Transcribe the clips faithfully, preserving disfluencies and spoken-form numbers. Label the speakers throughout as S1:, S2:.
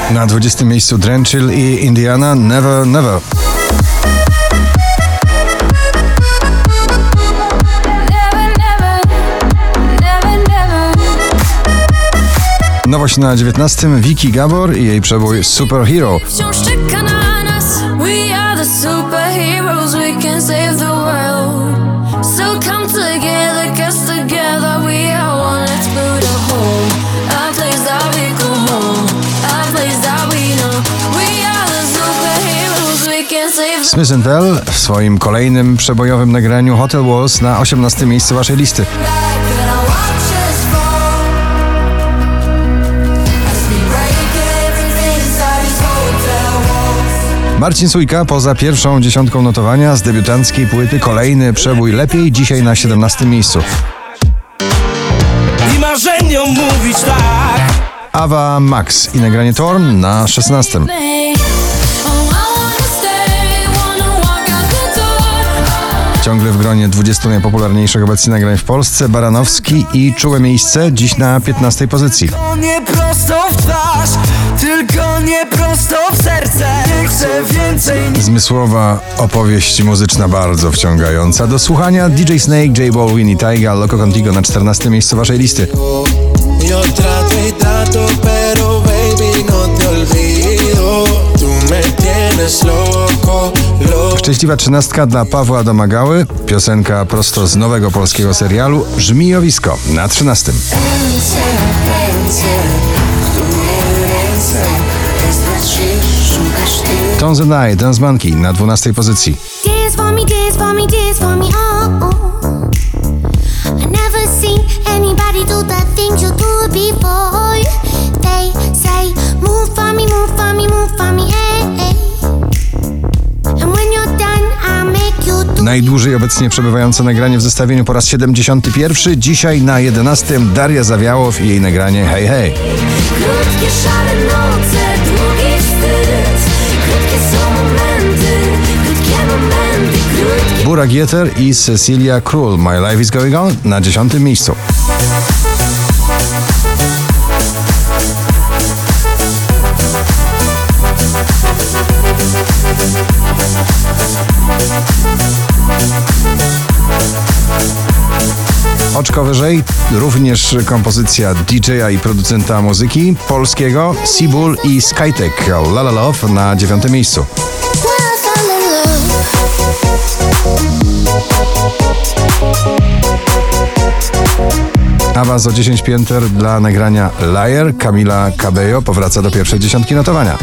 S1: Na dwudziestym miejscu Drenchill i Indiana Never Never. Nowość na dziewiętnastym Vicky Gabor i jej przebój Superhero.
S2: Wciąż czeka na nas. We are the superheroes, we can save the world. So come together, 'cause together we are one. Let's build a home, a place that we call home, a place that we know. We are the superheroes, we can save the
S1: Smith and Tell w swoim kolejnym przebojowym nagraniu Hotel Walls na osiemnastym miejscu waszej listy. Marcin Sójka poza pierwszą dziesiątką notowania z debiutanckiej płyty kolejny przebój Lepiej, dzisiaj na siedemnastym miejscu.
S3: I marzeniom mówić tak.
S1: Ava Max i nagranie Torn na szesnastym. Ciągle w gronie dwudziestu najpopularniejszych obecnie nagrań w Polsce Baranowski i Czułe miejsce, dziś na piętnastej pozycji.
S3: Nie prosto w twarz, tylko nie prosto w serce. Nie chcę więcej.
S1: Zmysłowa opowieść muzyczna bardzo wciągająca. Do słuchania D J Snake, J Balvin i Tyga, Loco Contigo na czternastym miejscu waszej listy. Szczęśliwa trzynastka dla Pawła Domagały, piosenka prosto z nowego polskiego serialu Żmijowisko na trzynastym. Tones and I, Dance Monkey na dwunastej pozycji. Najdłużej obecnie przebywające nagranie w zestawieniu po raz siedemdziesiąty pierwszy. Dzisiaj na jedenastym Daria Zawiałow i jej nagranie Hej Hej.
S2: krótkie szare noce, długi wstyd. Krótkie są momenty, krótkie momenty, krótkie...
S1: Burak Yeter i Cecilia Król, My Life is Going On na dziesiątym miejscu. Oczko wyżej, również kompozycja D J a i producenta muzyki polskiego Seabull i Skytech, La La Love na dziewiątym miejscu. Awans o dziesięć pięter dla nagrania Liar. Camila Cabello powraca do pierwszej dziesiątki notowania.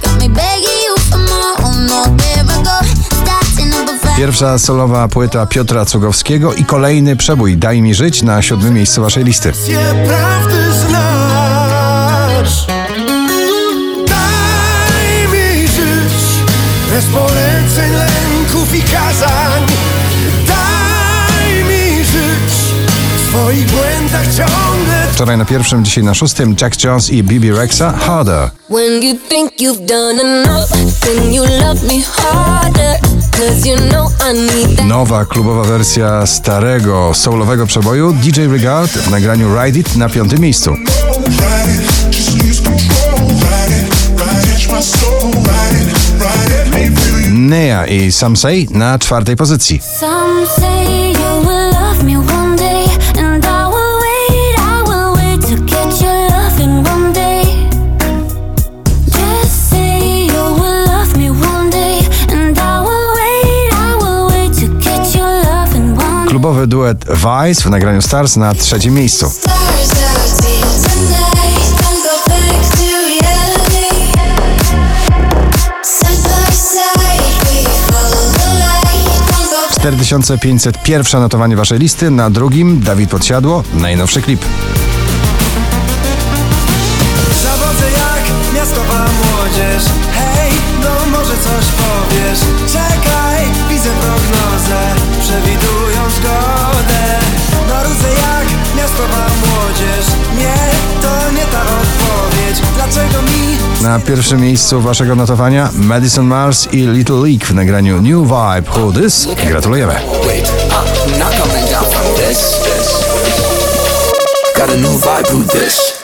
S1: Pierwsza solowa płyta Piotra Cugowskiego i kolejny przebój Daj mi żyć na siódmym miejscu waszej listy.
S3: Prawdy znasz. Daj mi żyć bez poleceń, lęków i kazań. Daj mi żyć w swoich błędach ciągle.
S1: Wczoraj na pierwszym, dzisiaj na szóstym Jack Jones i B B Rexa Harder.
S2: When you think you've done enough, then you love me harder. You know I need that.
S1: Nowa klubowa wersja starego soulowego przeboju D J Regard w nagraniu Ride It na piątym miejscu. Nea i Some Say na czwartej pozycji.
S2: Some say you will love me one day, and I will wait, I will wait to get your loving one day. Just say you will love me one day, and I will wait, I will wait to get your loving one day.
S1: Klubowy duet Vice w nagraniu Stars na trzecim miejscu. cztery tysiące pięćset jeden notowanie waszej listy, na drugim Dawid Podsiadło, najnowszy klip.
S3: Zawodzę jak miastowa młodzież. Hej, no może coś powiesz. Czekaj, widzę prognozę, przewidują zgodę. Marudzę jak miastowa młodzież. Nie, to nie ta odpowiedź. Dlaczego mi...
S1: Na pierwszym miejscu waszego notowania Madison Mars i Little League w nagraniu New Vibe Who This. Gratulujemy.
S4: Got a new vibe, who this?